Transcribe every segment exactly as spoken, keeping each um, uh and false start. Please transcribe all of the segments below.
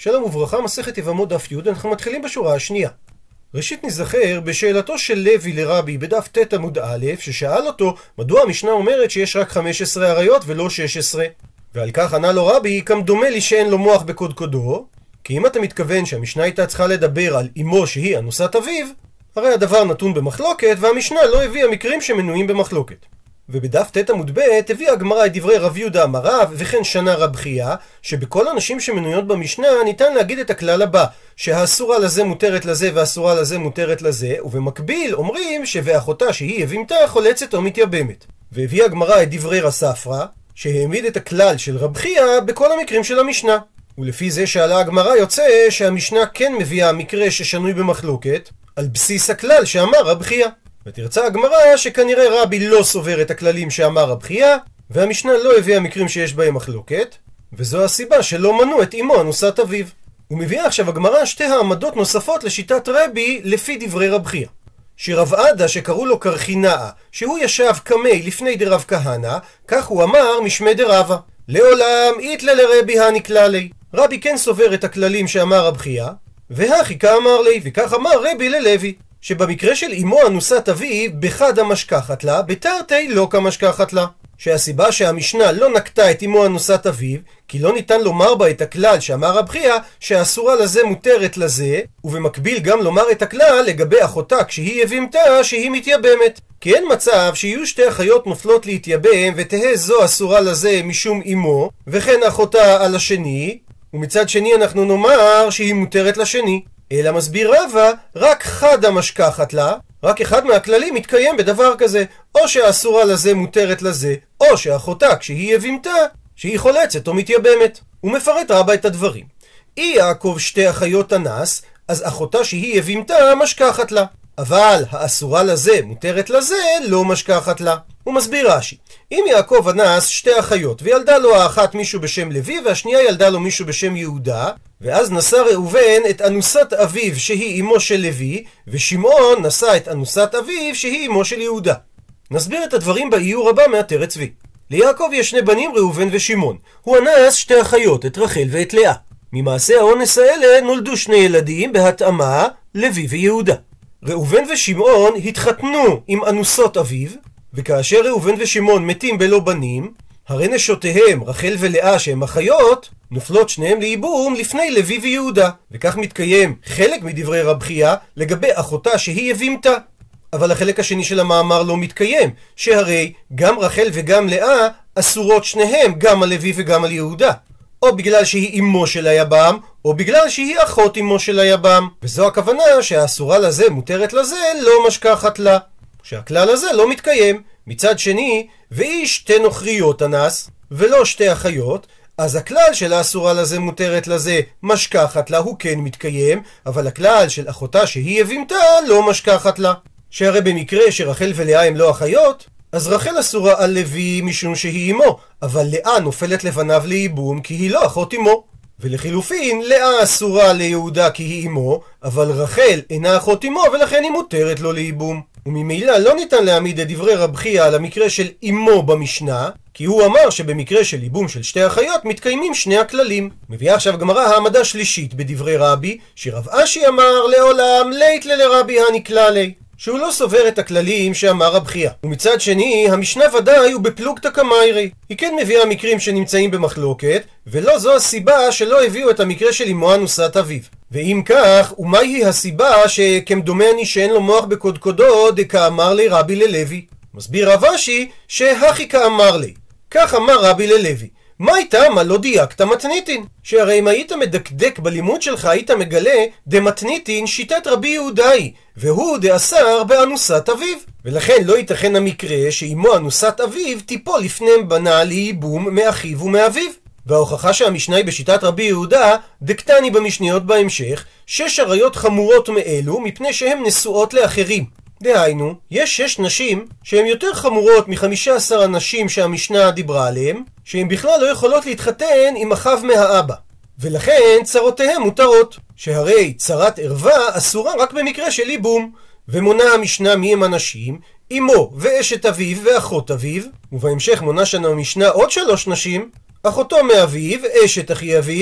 שלום וברכה, מסכת יבמות דף י', אנחנו מתחילים בשורה השנייה. ראשית נזכר בשאלתו של לוי לרבי בדף ט' עמוד א', ששאל אותו מדוע המשנה אומרת שיש רק חמש עשרה עריות ולא שש עשרה. ועל כך ענה לו רבי, כמדומה לי שאין לו מוח בקודקודו, כי אם אתה מתכוון שהמשנה הייתה צריכה לדבר על אמו שהיא אנוסת אביו, הרי הדבר נתון במחלוקת, והמשנה לא הביאה מקרים שמנויים במחלוקת. ובדף ט' עמוד ב' הביאה הגמרא את דברי רב יהודה אמר רב וכן שנה רב חייא, שבכל הנשים שמנויות במשנה ניתן להגיד את הכלל הבא, שהאסורה לזה מותרת לזה והאסורה לזה מותרת לזה, ובמקביל אומרים שבאחותה שהיא יבימתה חולצת או מתייבמת. והביאה הגמרא את דברי רב ספרא, שהעמיד את הכלל של רב חייא בכל המקרים של המשנה. ולפי זה שעלה הגמרא יוצא שהמשנה כן מביאה מקרה ששנוי במחלוקת על בסיס הכלל שאמר רב חייא. ותרצה הגמרא שכנראה רבי לא סובר את הכללים שאמר רב חייא, והמשנה לא הביאה מקרים שיש בהם מחלוקת, וזו הסיבה שלא מנו את אמו אנוסת אביו. ומביאה עכשיו הגמרא שתי העמדות נוספות לשיטת רבי לפי דברי רב חייא. שרב עדה שקראו לו קרחינאה, שהוא ישב קמי לפני דרב כהנא, כך הוא אמר משמי דרבה. לעולם איתלה לרבי הנקלה לי. רבי כן סובר את הכללים שאמר רב חייא, והכי כאמר לי, וכך אמר רבי ללוי. שבמקרה של אמו אנוסת אביו בחד המשכחת לה, בתרתי לא כמשכחת לה. שהסיבה שהמשנה לא נקטה את אמו אנוסת אביו, כי לא ניתן לומר בה את הכלל שאמר רב חייא שהאסורה לזה מותרת לזה, ובמקביל גם לומר את הכלל לגבי אחותה כשהיא יבימתה שהיא מתייבמת. כי אין מצב שיהיו שתי אחיות נופלות להתייבם ותהא זו אסורה לזה משום אמו, וכן אחותה על השני, ומצד שני אנחנו נאמר שהיא מותרת לשני. אלא מסביר רבא, רק חד המשכחת לה, רק אחד מהכללים מתקיים בדבר כזה, או שהאסורה לזה מותרת לזה, או שאחותה כשהיא יבימתה, שהיא חולצת או מתייבמת. הוא מפרט רבא את הדברים. אי יעקב שתי אחיות אנס, אז אחותה שהיא יבימתה משכחת לה. אבל האסורה לזה מותרת לזה לא משכחת לה. הוא מסביר רש"י, אם יעקב אנס שתי אחיות וילדה לו האחת מישהו בשם לוי והשנייה ילדה לו מישהו בשם יהודה, ואז נשא ראובן את אנוסת אביו שהיא אמו של לוי, ושמעון נשא את אנוסת אביו שהיא אמו של יהודה. נסביר את הדברים באיור הבא מעטרת צבי. ליעקב יש שני בנים ראובן ושמעון. הוא אנס שתי אחיות, את רחל ואת לאה. ממעשה האונס האלה נולדו שני ילדים בהתאמה, לוי ויהודה. ראובן ושמעון התחתנו עם אנוסות אביו, וכאשר ראובן ושמעון מתים בלא בנים, הרי נשותיהם, רחל ולאה שהם אחיות, נופלות שניהם לייבום לפני לוי ויהודה, וכך מתקיים חלק מדברי רב חייא לגבי אחותה שהיא יבימתה. אבל החלק השני של המאמר לא מתקיים, שהרי גם רחל וגם לאה אסורות שניהם גם על לוי וגם על יהודה, או בגלל שהיא אמו של היבם, או בגלל שהיא אחות אמו של היבם. וזו הכוונה שהאסורה לזה מותרת לזה לא משכחת לה, שהכלל הזה לא מתקיים. מצד שני, ואיש שתי נוכריות אנס ולא שתי אחיות, אז הכלל של האסורה לזה מותרת לזה משכחת לה הוא כן מתקיים, אבל הכלל של אחותה שהיא יבימתה לא משכחת לה. שהרי במקרה שרחל ולאה הם לא אחיות, אז רחל אסורה על לוי משום שהיא אמו, אבל לאה נופלת לבניו לייבום כי היא לא אחות אמו. ולחילופין, לאה אסורה ליהודה כי היא אמו, אבל רחל אינה אחות אמו ולכן היא מותרת לו לייבום. וממילא לא ניתן להעמיד את דברי רב חייא על המקרה של אמו במשנה, כי הוא אמר שבמקרה של ייבום של שתי אחיות מתקיימים שני הכללים. מביאה עכשיו גמרא העמדה שלישית בדברי רבי, שרב אשי אמר לעולם לית לרבי הנקלה לי, שהוא לא סובר את הכללים שאמר רב חייא. ומצד שני, המשנה ודאי הוא בפלוגתא קמיירי. היא כן מביאה מקרים שנמצאים במחלוקת, ולא זו הסיבה שלא הביאו את המקרה של אמו אנוסת אביו. ואם כך, ומהי הסיבה שכמדומני שאין לו מוח בקודקודו דקאמר לי רבי ללוי? מסביר רב אשי שהכי כאמר לי. כך אמר רבי ללוי. מה הייתה מה לא דייקת מתניתין? שהרי אם היית מדקדק בלימוד שלך היית מגלה דמתניתין שיטת רבי יהודאי, והוא דאסר באנוסת אביו. ולכן לא ייתכן המקרה שאמו אנוסת אביו תיפול לפני בנה לייבום מאחיו ומאביו. וההוכחה שהמשנה היא בשיטת רבי יהודה דקטני במשניות בהמשך, שש עריות חמורות מאלו מפני שהן נשואות לאחרים. דהיינו, יש שש נשים שהן יותר חמורות מחמישה עשר הנשים שהמשנה דיברה עליהן, שהן בכלל לא יכולות להתחתן עם אחיו מהאבא, ולכן צרותיהן מותרות. שהרי צרת ערווה אסורה רק במקרה של ייבום. ומונה המשנה מי הם הנשים? אמו ואשת אביו ואחות אביו, ובהמשך מונה שנה המשנה עוד שלוש נשים, אחותו מאביו, אשת אחי אביו,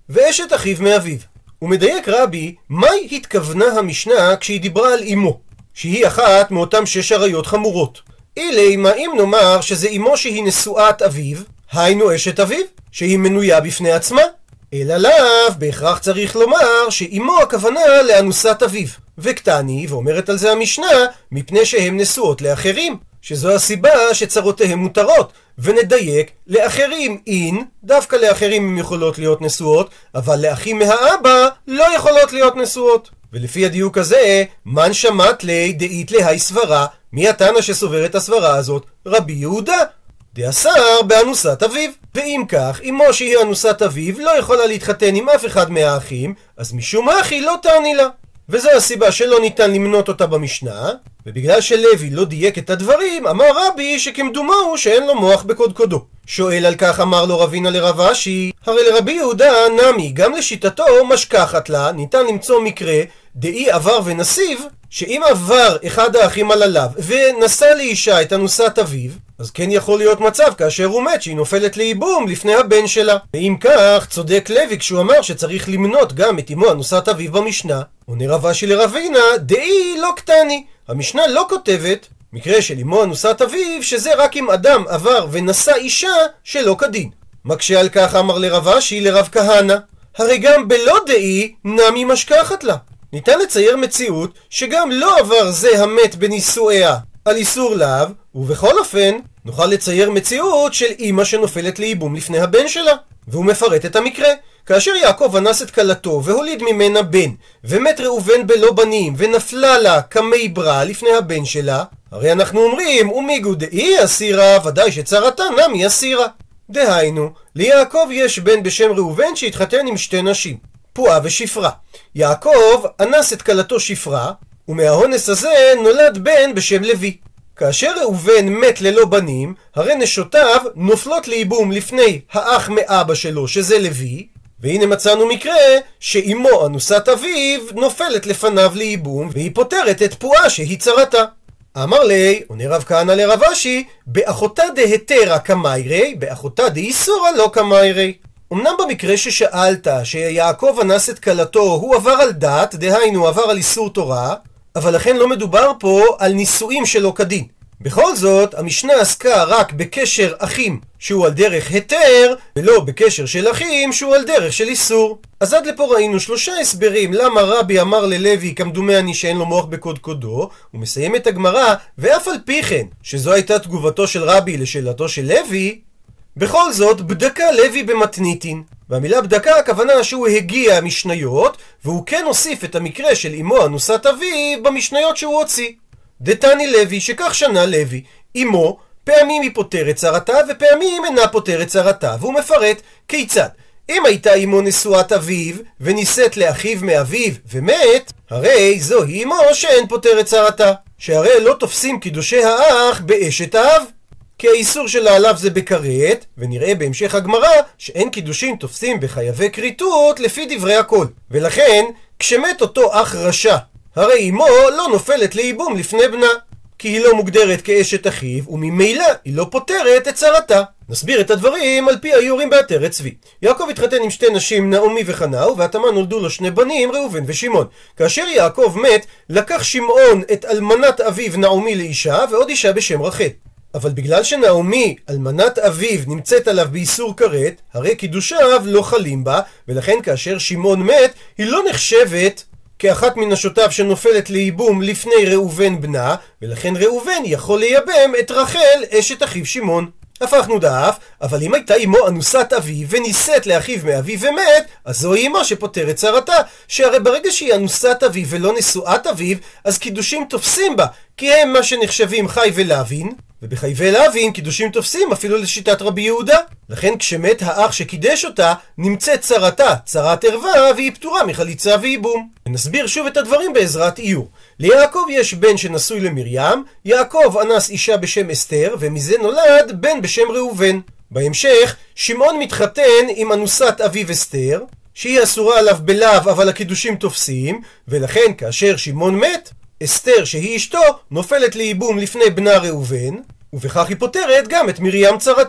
ואשת אחיו מאביו. הוא מדייק רבי, מהי התכוונה המשנה כשהיא דיברה על אמו, שהיא אחת מאותם שש עריות חמורות. אילי, מה אם נאמר שזה אמו שהיא נשואת אביו, היינו אשת אביו, שהיא מנויה בפני עצמה? אלא לאו, בהכרח צריך לומר שאמו הכוונה לאנוסת אביו. וקטני, ואומרת על זה המשנה, מפני שהם נשואות לאחרים, שזו הסיבה שצרותיהם מותרות. ונדייק, לאחרים אין, דווקא לאחרים הם יכולות להיות נשואות, אבל לאחים מהאבא לא יכולות להיות נשואות. ולפי הדיוק הזה, מן שמעת לי דאית להי סברה, מי התנא שסובר את הסברה הזאת? רבי יהודה. דאסר באנוסת אביו. ואם כך, אמו שהיא אנוסת אביו לא יכולה להתחתן עם אף אחד מהאחים, אז משום אחי לא תעני לה. וזו הסיבה שלא ניתן למנות אותה במשנה, ובגלל שלוי לא דייק את הדברים, אמר רבי שכמדומו שאין לו מוח בקודקודו. שואל על כך אמר לו רבינה לרב אשי, הרי לרבי יהודה נמי, גם לשיטתו משכחת לה, ניתן למצוא מקרה דאי עבר ונסיב, שאם עבר אחד האחים על עליו ונשא לאישה את אנוסת אביו, אז כן יכול להיות מצב כאשר הוא מת שהיא נופלת לייבום לפני הבן שלה. ואם כך, צודק לוי כשהוא אמר שצריך למנות גם את אמו אנוסת אביו במשנה. עונה רב אשי לרבינה, דאי לא קטני. המשנה לא כותבת מקרה של אמו אנוסת אביו שזה רק אם אדם עבר ונשא אישה שלא כדין. מקשה על כך אמר לרב אשי לרב כהנא, הרי גם בלא דאי נמי משכחת לה. ניתן לצייר מציאות שגם לא עבר זה המת בנישואיה על איסור לאו, ובכל אופן נוכל לצייר מציאות של אמא שנופלת לייבום לפני הבן שלה. והוא מפרט את המקרה. כאשר יעקב אנס את כלתו והוליד ממנה בן, ומת ראובן בלא בנים ונפלה לה כמי ברא לפני הבן שלה, הרי אנחנו אומרים ומיגו דאי אסירה, ודאי שצרתה נמי אסירה. דהיינו, ליעקב יש בן בשם ראובן שהתחתן עם שתי נשים, פועה ושפרה. יעקב אנס את כלתו שפרה, ומהאונס הזה נולד בן בשם לוי. כאשר ראובן מת ללא בנים, הרי נשותיו נופלות לייבום לפני האח מאבא שלו שזה לוי, והנה מצאנו מקרה שאמו אנוסת אביו נופלת לפניו לייבום והיא פותרת את פועה שהיא צרתה. אמר לי, עונה רב כהנא לרב אשי, באחותה דהתרה כמיירי, באחותה דאיסורה לא כמיירי. אמנם במקרה ששאלת שיעקב אנס את כלתו הוא עבר על דת, דהיינו עבר על איסור תורה, אבל לכן לא מדובר פה על נישואים שלא כדין. בכל זאת, המשנה עסקה רק בקשר אחים שהוא על דרך היתר, ולא בקשר של אחים שהוא על דרך של איסור. אז עד לפה ראינו שלושה הסברים למה רבי אמר ללוי כמדומני שאין לו מוח בקודקודו, ומסיים את הגמרא, ואף על פי כן, שזו הייתה תגובתו של רבי לשאלתו של לוי, בכל זאת בדקה לוי במתניתין. והמילה בדקה הכוונה שהוא הגיע משניות, והוא כן הוסיף את המקרה של אמו אנוסת אביו במשניות שהוא הוציא. דתני לוי, שכך שנה לוי, אמו פעמים היא פותרת צרתה ופעמים אינה פותרת צרתה, והוא מפרט כיצד. אם הייתה אמו נשואת אביו ונישאת לאחיו מאביו ומת, הרי זוהי אמו שאין פותרת צרתה, שהרי לא תופסים קידושי האח באשת האב, כי האיסור שלה עליו זה בכרת, ונראה בהמשך הגמרא שאין קידושין תופסים בחייבי כריתות לפי דברי הכל. ולכן כשמת אותו אח רשע, הרי אמו לא נופלת לייבום לפני בנה, כי היא לא מוגדרת כאשת אחיו, וממילא היא לא פותרת את צרתה. נסביר את הדברים על פי האיורים בעטרת צבי. יעקב התחתן עם שתי נשים, נעמי וחנאו, והתמה נולדו לו שני בנים, ראובן ושמעון. כאשר יעקב מת, לקח שמעון את אלמנת אביו נעמי לאישה, ועוד אישה בשם רחל. אבל בגלל שנעמי, אלמנת אביו, נמצאת עליו באיסור כרת, הרי קידושיו לא חלים בה, ולכן כאשר שמעון מת, היא לא נחשבת כאחת מנשותיו שנופלת לייבום לפני ראובן בנה, ולכן ראובן יכול לייבם את רחל אשת אחיו שמעון. הפכנו דף, אבל אם הייתה אמו אנוסת אביו ונישאת לאחיו מאביו ומת, אז זוהי אמו שפותרת צרתה, שהרי ברגע שהיא אנוסת אביו ולא נשואת אביו, אז קידושים תופסים בה, כי הם מה שנחשבים חי ולהבין, ובחי ולהבין קידושים תופסים אפילו לשיטת רבי יהודה. לכן כשמת האח שקידש אותה, נמצאת צרתה, צרת ערווה, והיא פטורה מחליצה וייבום. ונסביר שוב את הדברים בעזרת איור. ליעקב יש בן שנשוי למרים, יעקב אנס אישה בשם אסתר, ומזה נולד בן בשם ראובן. בהמשך, שמעון מתחתן עם אנוסת אביו אסתר, שהיא אסורה עליו בלאו אבל הקידושים תופסים, ולכן כאשר שמעון מת, אסתר שהיא אשתו נופלת לייבום לפני בנה ראובן, ובכך היא פותרת גם את מרים צרתה.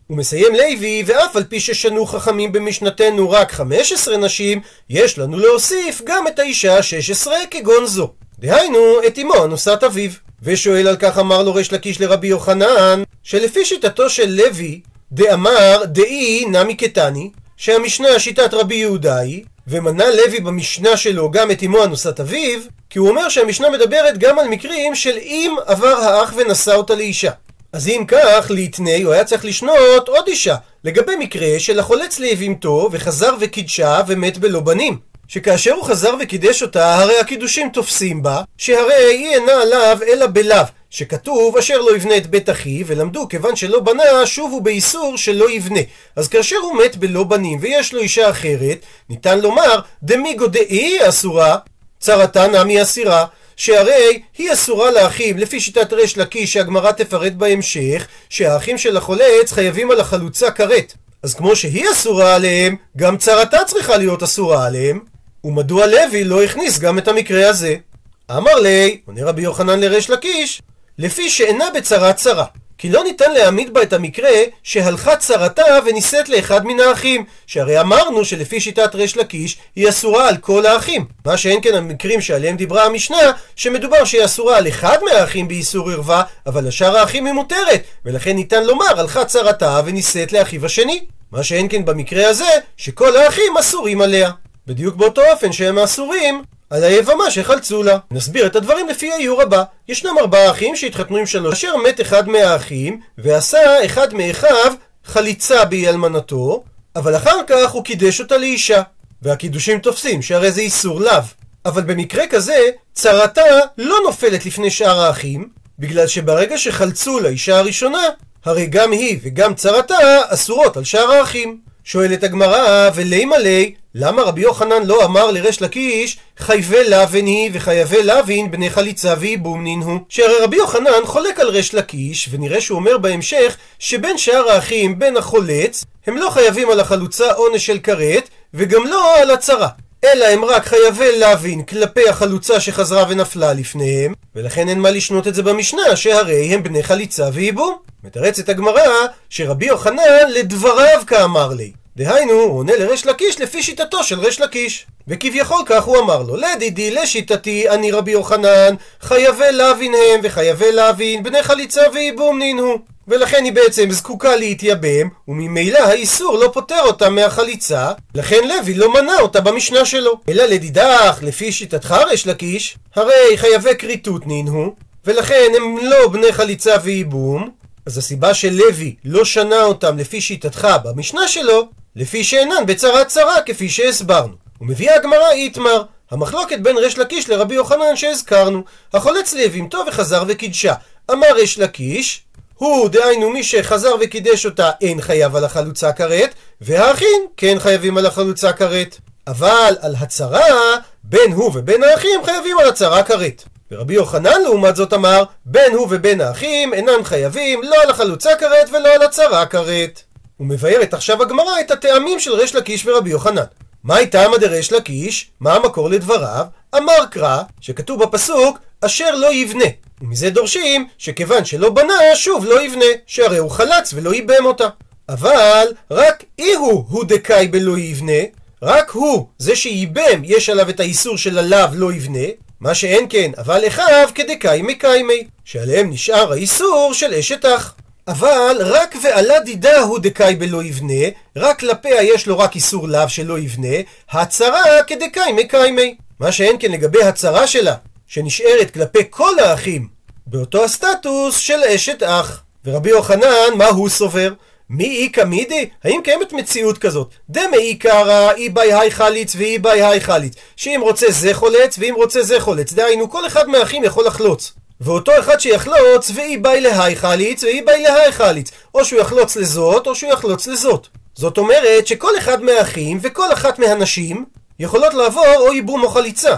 ומסיים לוי, ואף על פי ששנו חכמים במשנתנו רק חמש עשרה נשים, יש לנו להוסיף גם את האישה ה-שש עשרה כגון זו. דהיינו, את אמו אנוסת אביו. ושואל על כך אמר לו ריש לקיש לרבי יוחנן, שלפי שיטתו של לוי, דאמר דאי נמי קטני, שהמשנה שיטת רבי יהודה היא, ומנה לוי במשנה שלו גם את אמו אנוסת אביו, כי הוא אומר שהמשנה מדברת גם על מקרים של אם עבר האח ונשא אותה לאישה. אז אם כך, להתני, הוא היה צריך לשנות עוד אישה, לגבי מקרה של החולץ לאיבימתו וחזר וקידשה ומת בלא בנים. שכאשר הוא חזר וקידש אותה, הרי הקידושים תופסים בה, שהרי היא אינה עליו אלא בלאו, שכתוב אשר לא יבנה את בית אחי, ולמדו כיוון שלא בנה, שובו באיסור שלא יבנה. אז כאשר הוא מת בלא בנים ויש לו אישה אחרת, ניתן לומר דמיגו דאי אסורה, צרתה נמי אסירה, שהרי היא אסורה לאחים לפי שיטת ריש לקיש שהגמרא תפרט בהמשך, שהאחים של החולץ חייבים על החלוצה כרת. אז כמו שהיא אסורה עליהם, גם צרתה צריכה להיות אסורה עליהם. ומדוע לוי לא הכניס גם את המקרה הזה? אמר לי, עונה רבי יוחנן לריש לקיש, לפי שאינה בצרת צרה, כי לא ניתן להעמיד בה את המקרה שהלכה צרתה ונישאת לאחד מן האחים, שהרי אמרנו שלפי שיטת ריש לקיש היא אסורה על כל האחים, מה שאין כן המקרים שעליהם דיברה המשנה, שמדובר שהיא אסורה על אחד מהאחים באיסור ערווה, אבל לשאר האחים היא מותרת, ולכן ניתן לומר הלכה צרתה ונישאת לאחיו השני, מה שאין כן במקרה הזה שכל האחים אסורים עליה, בדיוק באותו אופן שהם אסורים על היבמה שחלצו לה. נסביר את הדברים לפי האיור הבא. ישנם ארבעה אחים שהתחתנו עם שלוש, אשר מת אחד מהאחים ועשה אחד מאחיו חליצה באי אלמנתו, אבל אחר כך הוא קידש אותה לאישה, והקידושים תופסים שהרי זה איסור לאו. אבל במקרה כזה צרתה לא נופלת לפני שאר האחים, בגלל שברגע שחלצו לאישה הראשונה, הרי גם היא וגם צרתה אסורות על שאר האחים. שואלת הגמרא, ולימה לי, למה רבי יוחנן לא אמר לריש לקיש חייבי לאווין היא וחייבי לאווין בני חליצה ואיבום נינהו? שהרי רבי יוחנן חולק על ריש לקיש, ונראה שהוא אומר בהמשך שבין שאר האחים בין החולץ הם לא חייבים על החלוצה עונש של כרת וגם לא על הצרה, אלא הם רק חייבי לאווין כלפי החלוצה שחזרה ונפלה לפניהם, ולכן אין מה לשנות את זה במשנה שהרי הם בני חליצה ואיבום. מתרצת הגמרא שרבי יוחנן לדבריו כאמר לי, דהיינו הוא עונה לריש לקיש לפי שיטתו של ריש לקיש, וכביכול כך הוא אמר לו, לדידי לשיטתי אני רבי יוחנן חייבי לאווין הם וחייבי לאווין בני חליצה ואיבום נינהו, ולכן היא בעצם זקוקה להתייבם, וממילא האיסור לא פותר אותה מהחליצה, לכן לוי לא מנע אותה במשנה שלו. אלא לדידך לפי שיטתך ריש לקיש, הרי חייבי כריתות נינהו, ולכן הם לא בני חליצה ואיבום, אז הסיבה שלוי לא שנה אותם לפי שיטתך במשנה שלו, לפי שאינן בצרת צרה כפי שהסברנו. ומביאה הגמרא איתמר, המחלוקת בין ריש לקיש לרבי יוחנן שהזכרנו, החולץ לאיבימתו וחזר וקידשה. אמר ריש לקיש, הוא דהיינו מי שחזר וקידש אותה אין חייב על החלוצה כרת, והאחים כן חייבים על החלוצה כרת, אבל על הצרה בין הוא ובין האחים חייבים על הצרה כרת. ורבי יוחנן לעומת זאת אמר, בין הוא ובין האחים אינם חייבים לא על החלוצה כרת ולא על הצרה כרת. הוא מבארת עכשיו הגמרא את הטעמים של ריש לקיש ורבי יוחנן. מה הייתה עמד ריש לקיש? מה המקור לדבריו? אמר קרא, שכתוב בפסוק אשר לא יבנה, ומזה דורשים שכיוון שלא בנה שוב לא יבנה, שהרי הוא חלץ ולא ייבם אותה. אבל רק אי הוא הוא דקאי בלא יבנה, רק הוא זה שייבם יש עליו את האיסור של עליו לא יבנה, מה שאין כן אבל אחיו כדקאי מקיימי, שעליהם נשאר האיסור של אשת אח. אבל רק ועלה דידה הוא דקאי בלא יבנה, רק כלפיה יש לו רק איסור לאו שלא יבנה, הצרה כדקאי מקיימי, מה שאין כן לגבי הצרה שלה שנשארת כלפי כל האחים באותו הסטטוס של אשת אח. ורבי יוחנן מה הוא סובר? מי איקא מידי? האם קיימת מציאות כזאת? דמי קרא אי ביי היי חליץ ואי ביי היי חליץ, שאם רוצה זה חולץ ואם רוצה זה חולץ, דהיינו כל אחד מהאחים יכול לחלוץ, ואותו אחד שיחלוץ ואי ביי להי חליץ ואי ביי להי חליץ, או שהוא יחלוץ לזאת או שהוא יחלוץ לזאת. זאת אומרת שכל אחד מהאחים וכל אחת מהנשים יכולות לעבור או ייבום או חליצה.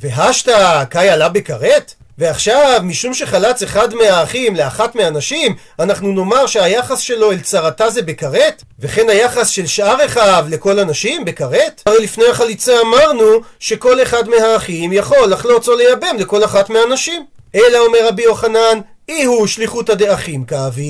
והשתא קאי עלה בכרת? ועכשיו משום שחלץ אחד מהאחים לאחת מהנשים אנחנו נאמר שהיחס שלו אל צרתה זה בכרת? וכן היחס של שאר אחיו לכל הנשים בכרת? הרי לפני החליצה אמרנו שכל אחד מהאחים יכול לחלוץ או לייבם לכל אחת מהנשים. אלא אומר רבי יוחנן, אי הוא שליחותא דאחים כאביד,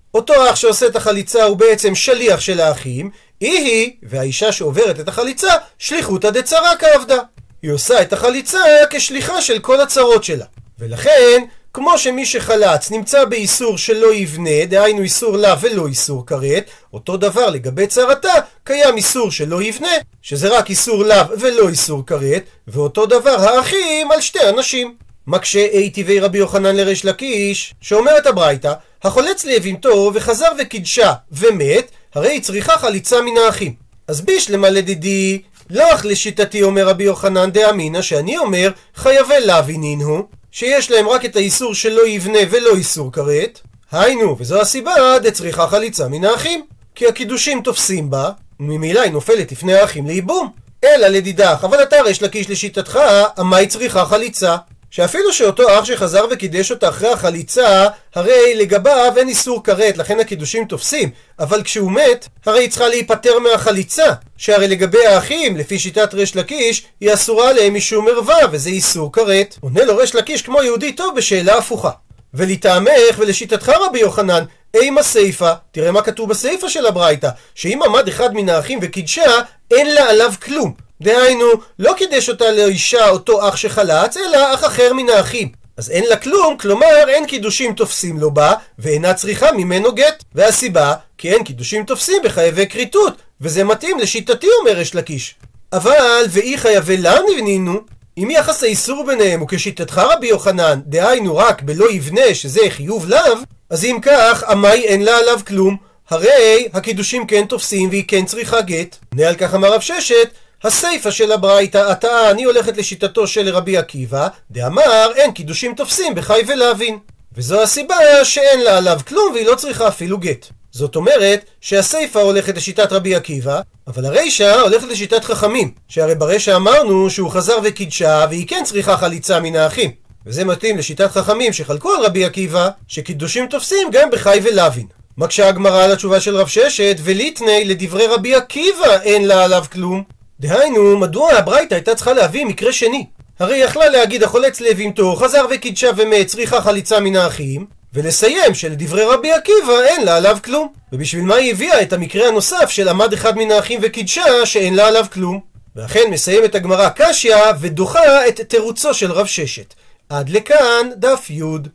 אותו אח שעושה את החליצה הוא בעצם שליח של האחים, היא היא, והאישה שעוברת את החליצה, שליחותא דצרה כעבדה. היא עושה את החליצה כשליחה של כל הצרות שלה. ולכן, כמו שמי שחלץ נמצא באיסור שלא יבנה, דהיינו איסור לה ולא איסור כרת, אותו דבר לגבי צרתה, קיים איסור שלא יבנה, שזה רק איסור לה ולא איסור כרת, ואותו דבר האחים על שתי אנשים. מקשה איתיבי רבי יוחנן לריש לקיש, שאומרת הברייתא, החולץ לאבימתו וחזר וקידשה ומת, הרי היא צריכה חליצה מן האחים. אז בישלמה לדידי, לא אך לשיטתי אומר רבי יוחנן דאמינא, שאני אומר חייבי להבינין הוא, שיש להם רק את האיסור שלא יבנה ולא איסור כרת, היינו, וזו הסיבה דצריכה חליצה מן האחים, כי הקידושים תופסים בה, וממילא היא נופלת לפני האחים לאיבום. אלא לדידך, אבל אתה ריש לקיש לשיטתך, אמה היא צריכה חליצה, שאפילו שאותו אח שחזר וקידש אותה אחרי החליצה, הרי לגביו אין איסור כרת, לכן הקידושים תופסים, אבל כשהוא מת, הרי היא צריכה להיפטר מהחליצה, שהרי לגבי האחים, לפי שיטת ריש לקיש, היא אסורה להם משום ערווה, וזה איסור כרת. עונה לו ריש לקיש כמו יהודי טוב בשאלה הפוכה. ולטעמך ולשיטתך רבי יוחנן, אימה סייפה, תראה מה כתוב בסייפה של הברייתא, שאם עמד אחד מן האחים וקידשה, אין לה עליו כלום. דהיינו, לא קידש אותה לאישה אותו אח שחלץ, אלא אח אחר מן האחים. אז אין לה כלום, כלומר אין קידושים תופסים לו בה, ואינה צריכה ממנו גט. והסיבה, כי אין קידושים תופסים בחייבי כריתות, וזה מתאים לשיטתי אומר ריש לקיש. אבל, ואי חייבי לה נבנינו, אם יחס האיסור ביניהם הוא כשיטתך רבי יוחנן, דהיינו רק בלא יבנה שזה חיוב לאו, אז אם כך, עמי אין לה עליו כלום, הרי הקידושים כן תופסים והיא כן צריכה גט. עונה על כך אמר רב ששת, הסייפה של הברייתא, עתה אני הולכת לשיטתו של רבי עקיבא, דאמר אין קידושים תופסים בחי ולהבין. וזו הסיבה שאין לה עליו כלום והיא לא צריכה אפילו גט. זאת אומרת שהסייפה הולכת לשיטת רבי עקיבא, אבל הרישה הולכת לשיטת חכמים, שהרי ברשע אמרנו שהוא חזר וקידשה והיא כן צריכה חליצה מן האחים. וזה מתאים לשיטת חכמים שחלקו על רבי עקיבא, שקידושים תופסים גם בחי ולהבין. מקשה הגמרא על התשובה של רב ששת, וליתני לדברי רבי עקיבא אין לה עליו כלום. דהיינו, מדוע הברייתא הייתה צריכה להביא מקרה שני? הרי יכלה להגיד החולץ לאבימתו, חזר וקידשה ומת, צריכה חליצה מן האחים, ולסיים שלדברי רבי עקיבא אין לה עליו כלום. ובשביל מה היא הביאה את המקרה הנוסף של עמד אחד מן האחים וקידשה שאין לה עליו כלום? ואכן מסיים את הגמרא קשיא ודוחה את תירוצו של רב ששת. עד לכאן דף י'.